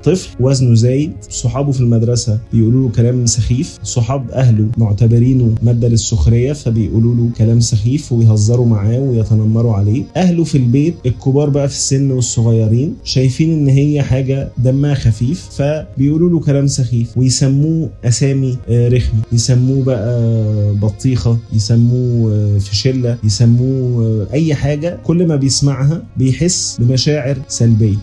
طفل وزنه زايد، صحابه في المدرسة بيقولوا له كلام سخيف، صحاب أهله معتبرينه مادة للسخرية فبيقولوا له كلام سخيف ويهزروا معاه ويتنمروا عليه. أهله في البيت الكبار بقى في السن والصغيرين شايفين إن هي حاجة دمها خفيف فبيقولوا له كلام سخيف ويسموه أسامي رخمة، يسموه بقى بطيخة، يسموه فشلة، يسموه أي حاجة. كل ما بيسمعها بيحس بمشاعر سلبية.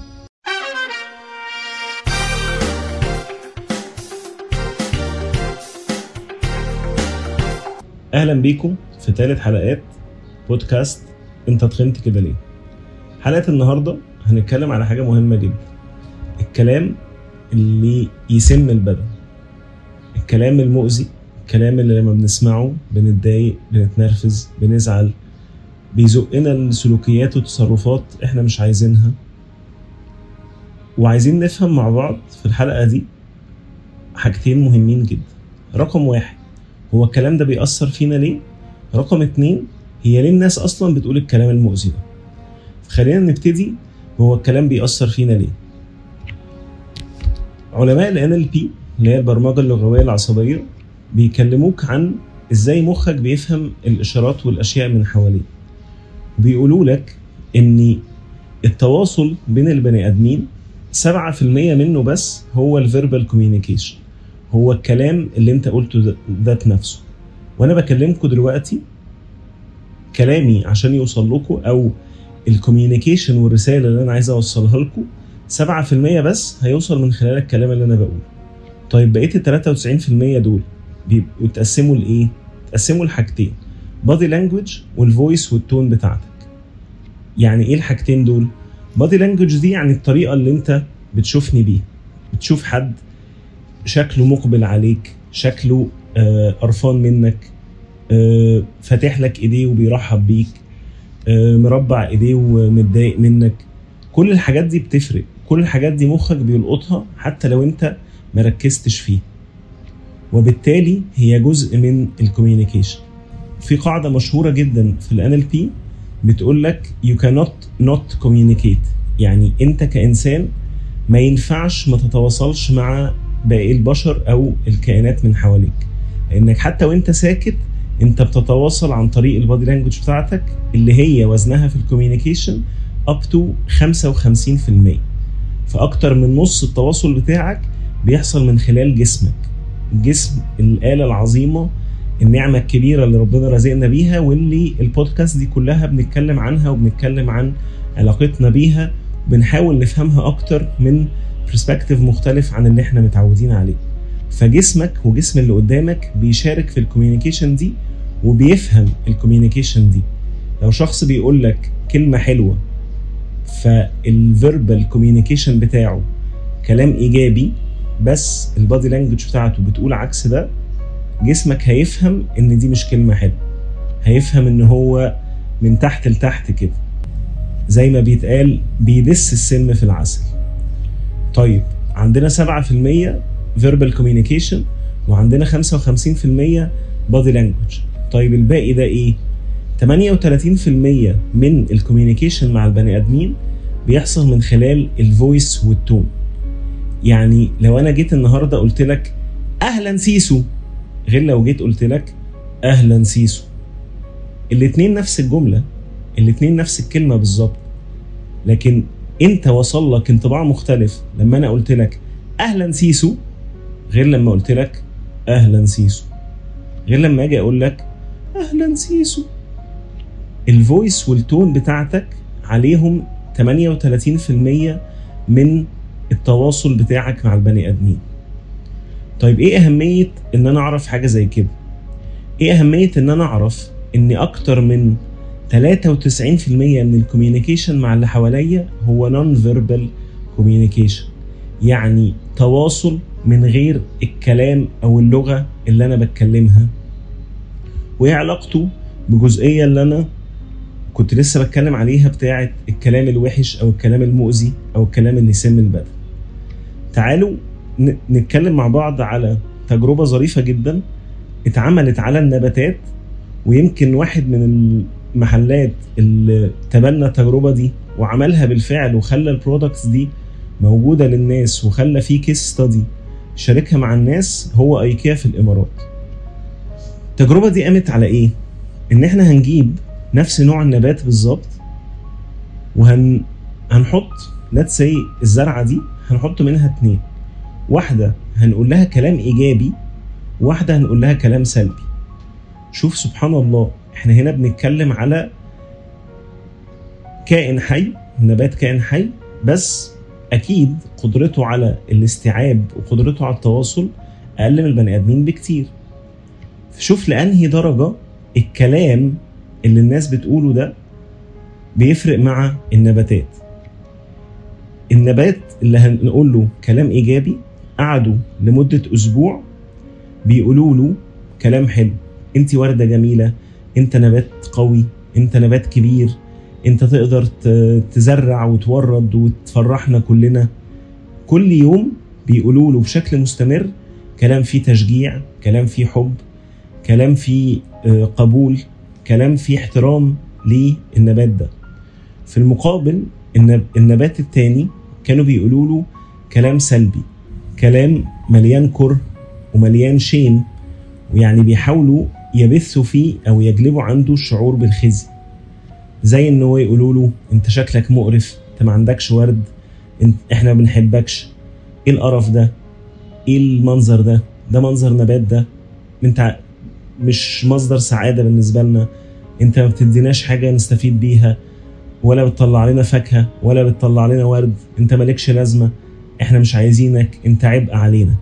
أهلا بيكم في ثالث حلقات بودكاست انت تخنت كده ليه. حلقة النهاردة هنتكلم على حاجة مهمة جدا، الكلام اللي يسم البدن، الكلام المؤذي، الكلام اللي لما بنسمعه بنتضايق، بنتنرفز، بنزعل، بيزقنا لسلوكيات وتصرفات احنا مش عايزينها. وعايزين نفهم مع بعض في الحلقة دي حاجتين مهمين جدا. رقم 1، هو الكلام ده بيأثر فينا ليه؟ رقم 2، هي ليه الناس أصلا بتقول الكلام المؤذي ده؟ خلينا نبتدي. هو الكلام بيأثر فينا ليه؟ علماء ال NLP اللي هي البرمجة اللغوية العصبية بيكلموك عن ازاي مخك بيفهم الإشارات والأشياء من حواليه. بيقولوا لك ان التواصل بين البني آدمين 7% منه بس هو الفيربال كوميونيكيشن، هو الكلام اللي انت قلته ذات نفسه. وانا بكلمكم دلوقتي كلامي عشان يوصل لكم، او الكوميونيكيشن والرسالة اللي انا عايز اوصلها لكم 7% بس هيوصل من خلال الكلام اللي انا بقوله. طيب بقية 93% دول بيبقوا تقسموا لإيه؟ تقسموا لحاجتين، body language والvoice والتون بتاعتك. يعني ايه الحاجتين دول؟ body language دي يعني الطريقة اللي انت بتشوفني بيها. بتشوف حد شكله مقبل عليك، شكله قرفان منك، فاتح لك ايديه وبيرحب بيك، مربع ايديه ومتضايق منك. كل الحاجات دي بتفرق، كل الحاجات دي مخك بيلقطها حتى لو انت مركزتش فيه، وبالتالي هي جزء من الكوميونيكيشن. في قاعدة مشهورة جدا في ال NLP بتقول لك you cannot not communicate، يعني انت كإنسان ما ينفعش ما تتواصلش مع باقي البشر او الكائنات من حواليك، لانك حتى وانت ساكت انت بتتواصل عن طريق البادي لانجوج بتاعتك اللي هي وزنها في الكوميونيكيشن up to 55%. فاكتر من نص التواصل بتاعك بيحصل من خلال جسمك. الجسم الآلة العظيمة، النعمة الكبيرة اللي ربنا رزقنا بيها، واللي البودكاست دي كلها بنتكلم عنها وبنتكلم عن علاقتنا بيها، بنحاول نفهمها أكتر من برسبكتيف مختلف عن اللي احنا متعودين عليه. فجسمك وجسم اللي قدامك بيشارك في الكوميونيكيشن دي وبيفهم الكوميونيكيشن دي. لو شخص بيقول لك كلمة حلوة فالفيربال كوميونيكيشن بتاعه كلام إيجابي، بس البادي لانجوج بتاعته بتقول عكس ده، جسمك هيفهم ان دي مش كلمة حلوة، هيفهم ان هو من تحت لتحت كده، زي ما بيتقال بيدس السم في العسل. طيب عندنا 7% verbal communication وعندنا 55% body language. طيب الباقي ده ايه؟ 38% من الكوميونيكيشن مع البني ادمين بيحصل من خلال الفويس والتون. يعني لو انا جيت النهاردة قلت لك اهلا سيسو، غير لو جيت قلت لك اهلا سيسو. الاتنين نفس الجملة، الاتنين نفس الكلمة بالظبط، لكن انت وصل لك انطباع مختلف لما انا قلت لك اهلا سيسو غير لما قلت لك اهلا سيسو، غير لما اجي اقول لك اهلا سيسو. الفويس والتون بتاعتك عليهم 38% من التواصل بتاعك مع البني ادمين. طيب ايه اهمية ان انا اعرف حاجة زي كده؟ ايه اهمية ان انا اعرف ان اكتر من 93% من الكوميونيكيشن مع اللي حواليا هو نون فيربال كوميونيكيشن، يعني تواصل من غير الكلام او اللغة اللي انا بتكلمها. وايه علاقته بجزئية اللي انا كنت لسه بتكلم عليها بتاعت الكلام الوحش او الكلام المؤذي او الكلام اللي يسم البدن؟ تعالوا نتكلم مع بعض على تجربة ظريفة جدا اتعملت على النباتات، ويمكن واحد من المحلات اللي تبنى التجربة دي وعملها بالفعل وخلى البرودكتس دي موجودة للناس وخلى فيه كيس ستادي شاركها مع الناس هو ايكيا في الامارات. التجربة دي قامت على ايه؟ ان احنا هنجيب نفس نوع النبات بالظبط وهنحط let's say الزرعة دي هنحط منها 2، واحدة هنقول لها كلام ايجابي، واحدة هنقول لها كلام سلبي. شوف سبحان الله، احنا هنا بنتكلم على كائن حي، نبات كائن حي، بس اكيد قدرته على الاستيعاب وقدرته على التواصل اقل من البني ادمين بكتير. فشوف لانهي درجة الكلام اللي الناس بتقوله ده بيفرق مع النباتات. النبات اللي هنقول له كلام ايجابي قعدوا لمدة اسبوع بيقولوا له كلام حلو، انت وردة جميلة، انت نبات قوي، انت نبات كبير، انت تقدر تزرع وتورد وتفرحنا كلنا. كل يوم بيقولوا له بشكل مستمر كلام فيه تشجيع، كلام فيه حب، كلام فيه قبول، كلام فيه احترام للنبات ده. في المقابل النبات التاني كانوا بيقولوا له كلام سلبي، كلام مليان كره ومليان شيم، ويعني بيحاولوا يبثوا فيه او يجلبوا عنده الشعور بالخزي، زي ان هو يقولوا له انت شكلك مقرف، انت ما عندكش ورد، احنا ما بنحبكش، ايه القرف ده، ايه المنظر ده منظر نبات ده، انت مش مصدر سعادة بالنسبة لنا، انت ما بتديناش حاجة نستفيد بيها، ولا بتطلع لنا فاكهة ولا بتطلع لنا ورد، انت مالكش لازمة، احنا مش عايزينك، انت عبء علينا.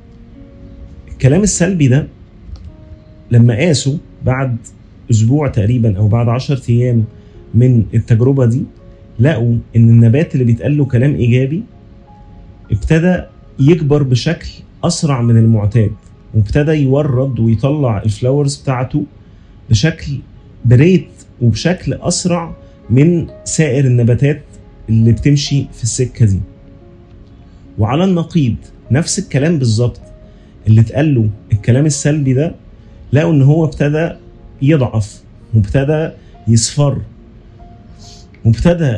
الكلام السلبي ده لما قاسوا بعد اسبوع تقريبا او بعد 10 ايام من التجربة دي، لقوا ان النبات اللي بيتقال له كلام ايجابي ابتدى يكبر بشكل اسرع من المعتاد، وابتدى يورد ويطلع الفلاورز بتاعته بشكل بريت وبشكل اسرع من سائر النباتات اللي بتمشي في السكة دي. وعلى النقيض نفس الكلام بالظبط اللي اتقال له الكلام السلبي ده، لقوا ان هو ابتدى يضعف وابتدى يصفر، وابتدى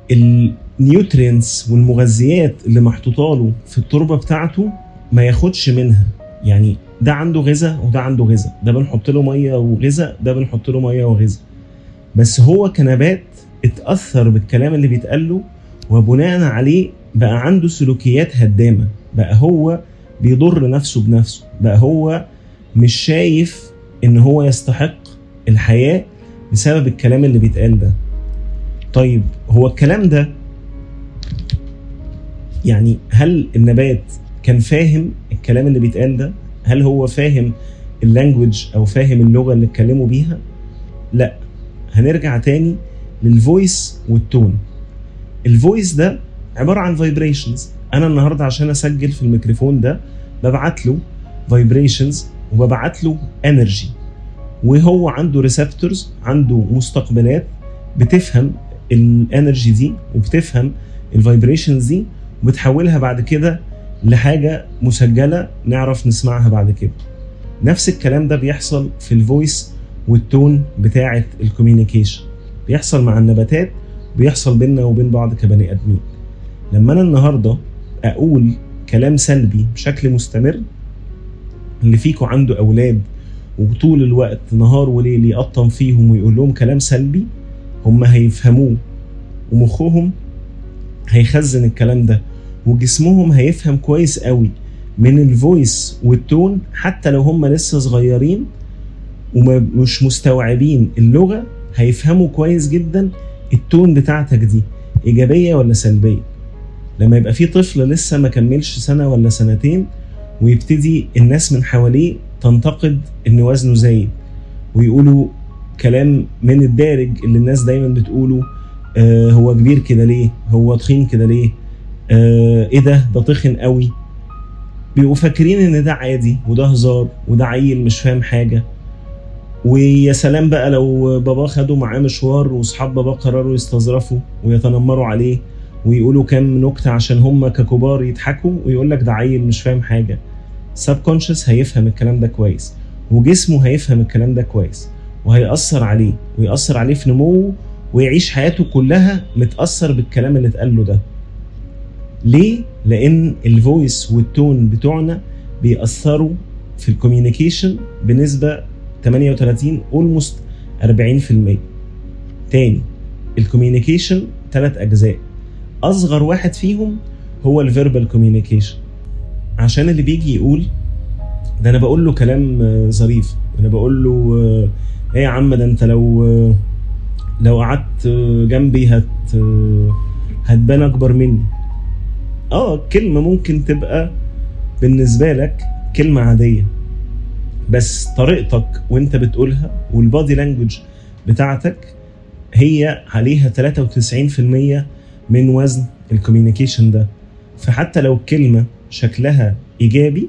النيوترينز والمغذيات اللي محطوطه له في التربه بتاعته ما ياخدش منها. يعني ده عنده غذاء وده عنده غذاء، ده بنحط له ميه وغذاء، ده بنحط له ميه وغذاء، بس هو كنبات اتاثر بالكلام اللي بيتقال له، وبناء عليه بقى عنده سلوكيات هدامه، بقى هو بيضر نفسه بنفسه، بقى هو مش شايف ان هو يستحق الحياه بسبب الكلام اللي بيتقال ده. طيب هو الكلام ده يعني هل النبات كان فاهم الكلام اللي بيتقال ده؟ هل هو فاهم اللانجويج او فاهم اللغة اللي اتكلموا بيها؟ لا. هنرجع تاني للفويس والتون. الفويس ده عبارة عن فايبريشنز. انا النهاردة عشان اسجل في الميكروفون ده ببعت له فايبريشنز وببعت له انرجي، وهو عنده ريسبتورز، عنده مستقبلات بتفهم الانرجي دي وبتفهم الفايبريشنز دي وبتحولها بعد كده لحاجة مسجلة نعرف نسمعها بعد كده. نفس الكلام ده بيحصل في الفويس والتون بتاعة الكوميونيكيشن، بيحصل مع النباتات، بيحصل بيننا وبين بعض كبني ادمين. لما انا النهاردة اقول كلام سلبي بشكل مستمر، اللي فيكم عنده اولاد وطول الوقت نهار وليل يقطم فيهم ويقول لهم كلام سلبي، هم هيفهموه ومخهم هيخزن الكلام ده، وجسمهم هيفهم كويس قوي من الفويس والتون، حتى لو هم لسه صغيرين ومش مستوعبين اللغة هيفهموا كويس جدا التون بتاعتك دي إيجابية ولا سلبية. لما يبقى في طفل لسه ما كملش سنة ولا سنتين ويبتدي الناس من حواليه تنتقد إن وزنه زايد، ويقولوا كلام من الدارج اللي الناس دايما بتقوله، هو كبير كده ليه، هو تخين كده ليه، ايه ده تخن قوي، بيبقوا فاكرين ان ده عادي وده هزار وده عيل مش فاهم حاجة. ويا سلام بقى لو بابا خدوا معاه مشوار واصحاب بابا قرروا يستظرفوا ويتنمروا عليه ويقولوا كام نكتة عشان هم ككبار يضحكوا ويقول لك ده عيل مش فاهم حاجة. سبكونشس هيفهم الكلام ده كويس، وجسمه هيفهم الكلام ده كويس، وهيأثر عليه ويأثر عليه في نموه، ويعيش حياته كلها متأثر بالكلام اللي اتقال له ده. ليه؟ لان الفويس والتون بتوعنا بيأثروا في الكوميونيكيشن بنسبة 38 almost 40%. تاني، الكوميونيكيشن 3 أجزاء، أصغر واحد فيهم هو الفيربال كوميونيكيشن. عشان اللي بيجي يقول ده أنا بقول له كلام ظريف، أنا بقول له إيه يا عم ده أنت لو قعدت جنبي هتبان أكبر مني. كلمة ممكن تبقى بالنسبة لك كلمة عادية، بس طريقتك وانت بتقولها والبادي لانجوج بتاعتك هي عليها 93% من وزن الكوميونيكيشن ده. فحتى لو الكلمة شكلها إيجابي،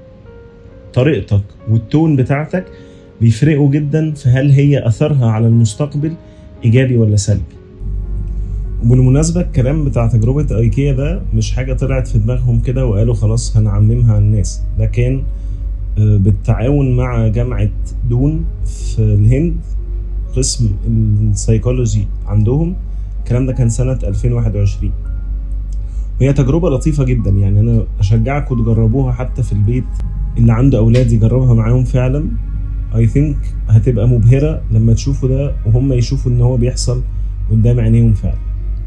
طريقتك والتون بتاعتك بيفرقوا جدا في هل هي أثرها على المستقبل إيجابي ولا سلبي. وبالمناسبة الكلام بتاع تجربة ايكيا ده مش حاجة طلعت في دماغهم كده وقالوا خلاص هنعممها على الناس، ده كان بالتعاون مع جامعة دون في الهند، قسم السايكولوجي عندهم. الكلام ده كان سنة 2021، وهي تجربة لطيفة جدا. يعني أنا أشجعكم تجربوها حتى في البيت، اللي عنده أولاد يجربها معاهم فعلا. I think هتبقى مبهرة لما تشوفوا ده وهم يشوفوا إن هو بيحصل قدام عينيهم فعلا.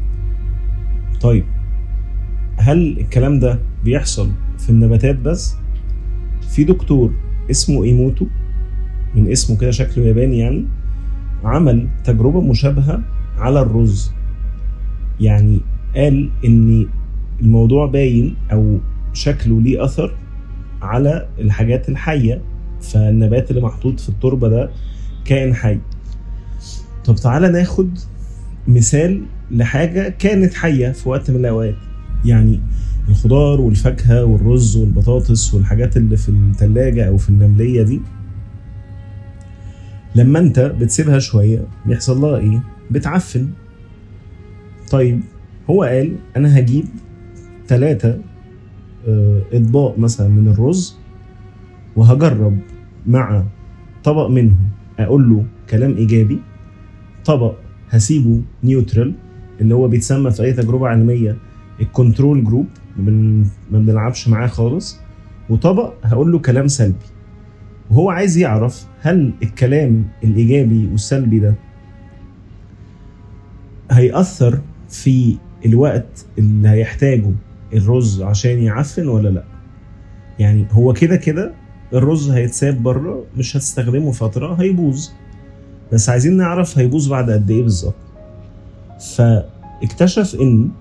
طيب، هل الكلام ده بيحصل في النباتات بس؟ في دكتور اسمه ايموتو، من اسمه كده شكله ياباني يعني، عمل تجربة مشابهة على الرز. يعني قال ان الموضوع باين او شكله ليه اثر على الحاجات الحية، فالنبات اللي محطوط في التربة ده كائن حي. طب تعالى ناخد مثال لحاجة كانت حية في وقت من الأوقات. يعني الخضار والفاكهة والرز والبطاطس والحاجات اللي في الثلاجة أو في النملية دي، لما أنت بتسيبها شوية بيحصل لها إيه؟ بتعفن. طيب هو قال أنا هجيب 3 أطباق مثلا من الرز وهجرب مع طبق منهم أقول له كلام إيجابي، طبق هسيبه نيوترال اللي هو بيتسمى في أي تجربة علمية الكنترول جروب، ما بنلعبش معاه خالص، وطبق هقول له كلام سلبي. وهو عايز يعرف هل الكلام الإيجابي والسلبي ده هيأثر في الوقت اللي هيحتاجه الرز عشان يعفن ولا لا. يعني هو كده الرز هيتساب بره، مش هتستخدمه فترة هيبوظ، بس عايزين نعرف هيبوظ بعد قد ايه بالظبط. فاكتشف ان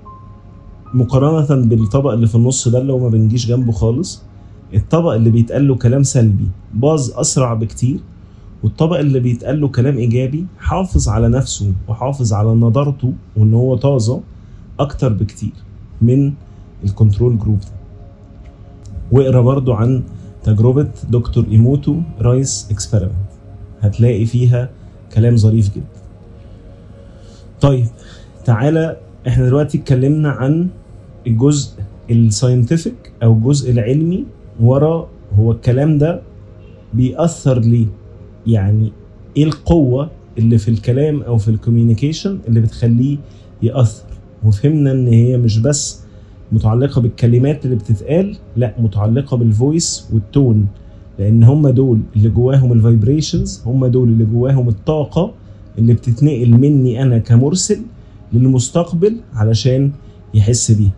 مقارنة بالطبق اللي في النص ده اللي هو ما بنجيش جنبه خالص، الطبق اللي بيتقال له كلام سلبي باظ اسرع بكتير، والطبق اللي بيتقال له كلام ايجابي حافظ على نفسه وحافظ على نضارته وان هو طازة اكتر بكتير من الكنترول جروب ده. واقرا برضو عن تجربة دكتور ايموتو رايس اكسبيرمنت، هتلاقي فيها كلام ظريف جدا. طيب تعالى، احنا دلوقتي اتكلمنا عن الجزء الساينتفك او الجزء العلمي ورا هو الكلام ده بيأثر ليه. يعني ايه القوة اللي في الكلام او في الكوميونيكيشن اللي بتخليه يأثر. وفهمنا ان هي مش بس متعلقة بالكلمات اللي بتتقال، لا، متعلقة بالفويس والتون، لان هم دول اللي جواهم الفايبريشنز، هم دول اللي جواهم الطاقة اللي بتتنقل مني انا كمرسل للمستقبل علشان يحس بيها.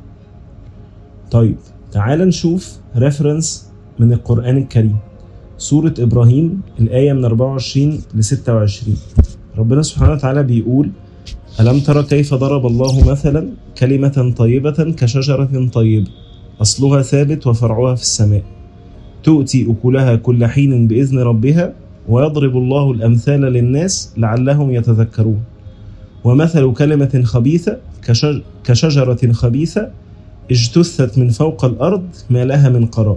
طيب تعال نشوف ريفرنس من القرآن الكريم، سورة إبراهيم الآية من 24 ل 26. ربنا سبحانه وتعالى بيقول: ألم ترى كيف ضرب الله مثلا كلمة طيبة كشجرة طيبة أصلها ثابت وفرعها في السماء تؤتي أكلها كل حين بإذن ربها ويضرب الله الأمثال للناس لعلهم يتذكرون ومثل كلمة خبيثة كشجرة خبيثة اجتثت من فوق الأرض ما لها من قرار.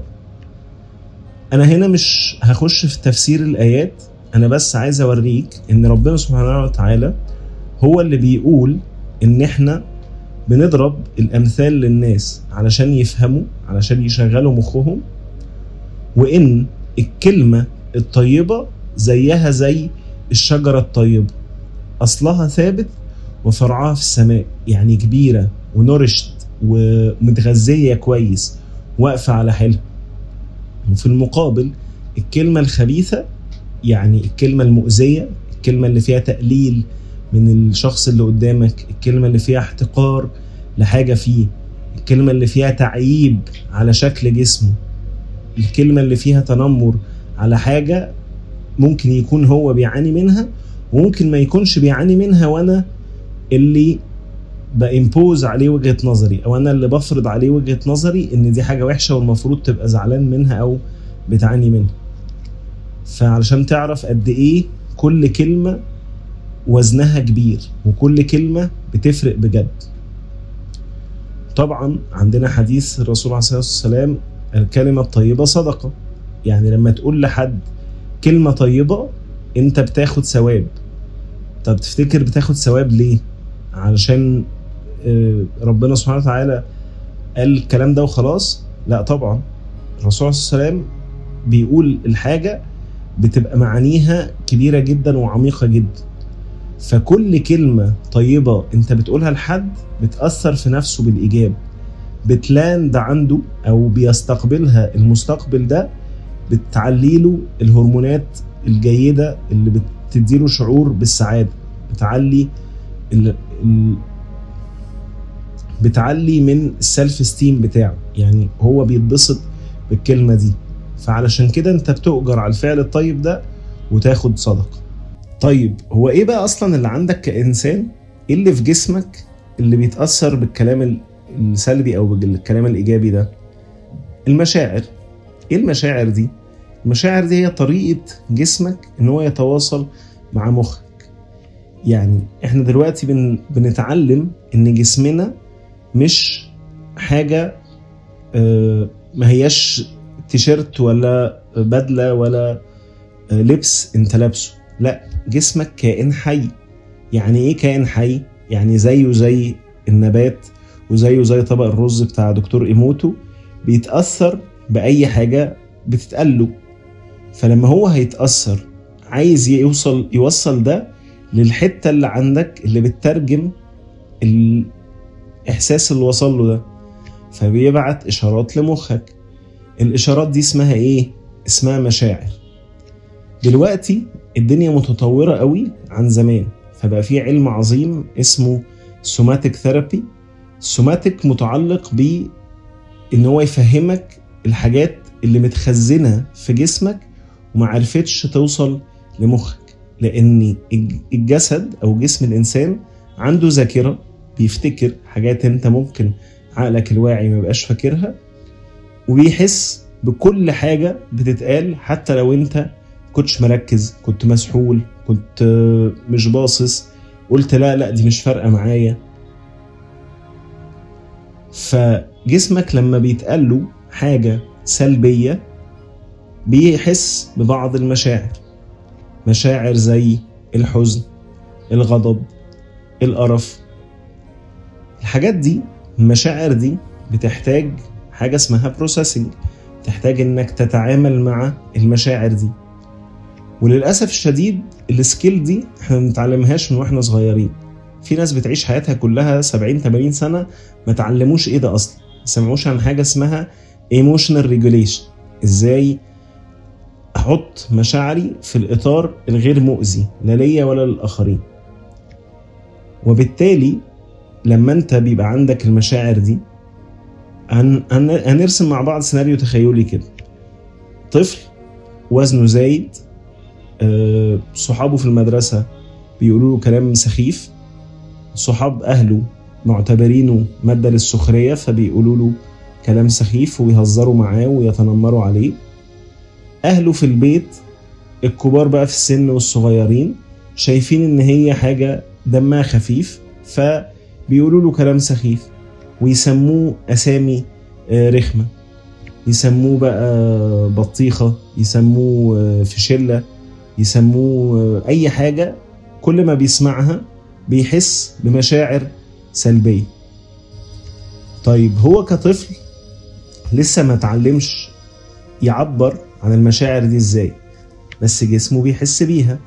أنا هنا مش هخش في تفسير الآيات، أنا بس عايز أوريك إن ربنا سبحانه وتعالى هو اللي بيقول إن إحنا بنضرب الأمثال للناس علشان يفهموا، علشان يشغلوا مخهم، وإن الكلمة الطيبة زيها زي الشجرة الطيبة أصلها ثابت وفرعها في السماء، يعني كبيرة ونورشت ومتغذية كويس واقفة على حيلها. وفي المقابل الكلمة الخبيثة، يعني الكلمة المؤذية، الكلمة اللي فيها تقليل من الشخص اللي قدامك، الكلمة اللي فيها احتقار لحاجة فيه، الكلمة اللي فيها تعييب على شكل جسمه، الكلمة اللي فيها تنمر على حاجة ممكن يكون هو بيعاني منها وممكن ما يكونش بيعاني منها، وانا اللي بإمبوز عليه وجهة نظري، او انا اللي بفرض عليه وجهة نظري ان دي حاجة وحشة والمفروض تبقى زعلان منها او بتعاني منها. فعلشان تعرف قد ايه كل كلمة وزنها كبير وكل كلمة بتفرق بجد. طبعا عندنا حديث الرسول عليه الصلاة والسلام: الكلمة الطيبة صدقة. يعني لما تقول لحد كلمة طيبة انت بتاخد ثواب. طب تفتكر بتاخد ثواب ليه؟ علشان ربنا سبحانه وتعالى قال الكلام ده وخلاص؟ لا طبعا. الرسول صلى الله عليه وسلم بيقول الحاجة بتبقى معانيها كبيرة جدا وعميقة جدا. فكل كلمة طيبة انت بتقولها لحد بتأثر في نفسه بالإيجاب، بتلاند عنده او بيستقبلها المستقبل ده، بتعليله الهرمونات الجيدة اللي بتديله شعور بالسعادة، بتعلي من السلف استيم بتاعه، يعني هو بيتبسط بالكلمة دي. فعلشان كده انت بتؤجر على الفعل الطيب ده وتاخد صدقة. طيب هو ايه بقى اصلا اللي عندك كإنسان؟ ايه اللي في جسمك اللي بيتأثر بالكلام السلبي او بالكلام الإيجابي ده؟ المشاعر. ايه المشاعر دي؟ المشاعر دي هي طريقة جسمك ان هو يتواصل مع مخك. يعني احنا دلوقتي بنتعلم ان جسمنا مش حاجة ما هياش تيشيرت ولا بدلة ولا لبس انت لابسه. لا، جسمك كائن حي. يعني ايه كائن حي؟ يعني زيه زي النبات وزيه زي طبق الرز بتاع دكتور إيموتو، بيتأثر بأي حاجة بتتقله. فلما هو هيتأثر عايز يوصل ده للحتة اللي عندك اللي بتترجم الإحساس اللي وصل له ده، فبيبعت إشارات لمخك. الإشارات دي اسمها إيه؟ اسمها مشاعر. دلوقتي الدنيا متطورة قوي عن زمان، فبقى في علم عظيم اسمه سوماتيك ثيرابي. السوماتيك متعلق بإن هو يفهمك الحاجات اللي متخزنة في جسمك وما عرفتش توصل لمخك، لأن الجسد أو جسم الإنسان عنده ذاكرة، بيفتكر حاجات انت ممكن عقلك الواعي ما بقاش فاكرها، وبيحس بكل حاجة بتتقال حتى لو انت كنتش مركز، كنت مسحول، كنت مش باصص، قلت لا دي مش فارقة معايا. فجسمك لما بيتقاله حاجة سلبية بيحس ببعض المشاعر، مشاعر زي الحزن، الغضب، القرف. الحاجات دي، المشاعر دي بتحتاج حاجة اسمها بروسيسنج، تحتاج انك تتعامل مع المشاعر دي. وللأسف الشديد السكيل دي احنا بنتعلمهاش من واحنا صغيرين. في ناس بتعيش حياتها كلها 70-80 سنة ما تعلموش ايه ده اصلا، ما سمعوش عن حاجة اسمها emotional regulation، ازاي احط مشاعري في الاطار الغير مؤذي لا ليا ولا للآخرين. وبالتالي لما انت بيبقى عندك المشاعر دي، هنرسم مع بعض سيناريو تخيلي كده. طفل وزنه زايد، صحابه في المدرسة بيقولوا له كلام سخيف، صحاب أهله معتبرينه مادة للسخرية فبيقولوا له كلام سخيف ويهزروا معاه ويتنمروا عليه. أهله في البيت الكبار بقى في السن والصغيرين شايفين إن هي حاجة دمها خفيف فبيقولوا له كلام سخيف ويسموه أسامي رخمة، يسموه بقى بطيخة، يسموه فشلة، يسموه أي حاجة. كل ما بيسمعها بيحس بمشاعر سلبية. طيب هو كطفل لسه ما تعلمش يعبر عن المشاعر دي ازاي، بس جسمه بيحس بيها،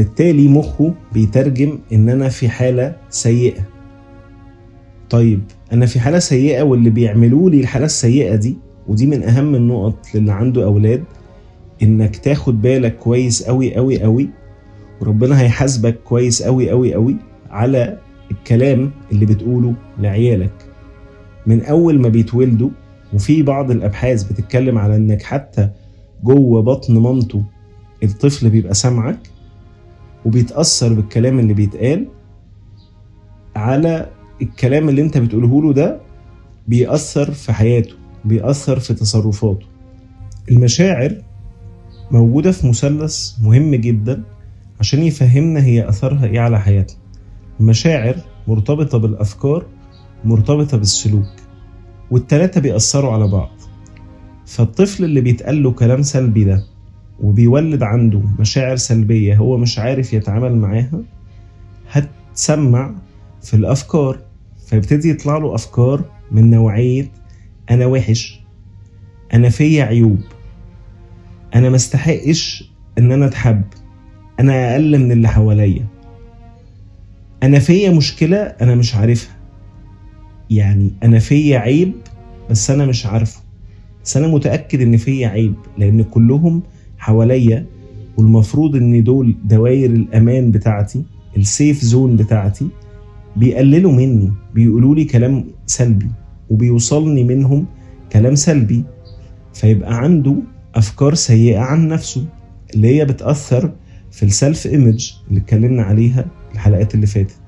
فبالتالي مخه بيترجم ان انا في حالة سيئة. طيب انا في حالة سيئة واللي بيعملوا لي الحالة السيئة دي، ودي من اهم النقط للي عنده اولاد، انك تاخد بالك كويس قوي قوي قوي، وربنا هيحاسبك كويس قوي قوي قوي على الكلام اللي بتقوله لعيالك من اول ما بيتولدوا. وفي بعض الابحاث بتتكلم على انك حتى جوه بطن مامته الطفل بيبقى سامعك وبيتأثر بالكلام اللي بيتقال، على الكلام اللي انت بتقوله له ده بيأثر في حياته، بيأثر في تصرفاته. المشاعر موجودة في مثلث مهم جدا عشان يفهمنا هي أثرها ايه على حياتنا. المشاعر مرتبطة بالأفكار، مرتبطة بالسلوك، والتلاتة بيأثروا على بعض. فالطفل اللي بيتقال له كلام سلبي ده وبيولد عنده مشاعر سلبية هو مش عارف يتعامل معاها، هتسمع في الأفكار، فيبتدي يطلع له أفكار من نوعية أنا وحش، أنا فيا عيوب، أنا مستحقش أن أنا أتحب، أنا أقل من اللي حواليا، أنا فيا مشكلة أنا مش عارفها، يعني أنا فيا عيب بس أنا مش عارفه، بس أنا متأكد أن فيا عيب لأن كلهم حواليا، والمفروض أن دول دوائر الأمان بتاعتي، السيف زون بتاعتي، بيقللوا مني، بيقولوا لي كلام سلبي وبيوصلني منهم كلام سلبي. فيبقى عنده أفكار سيئة عن نفسه اللي هي بتأثر في السلف إيمج اللي اتكلمنا عليها الحلقات اللي فاتت.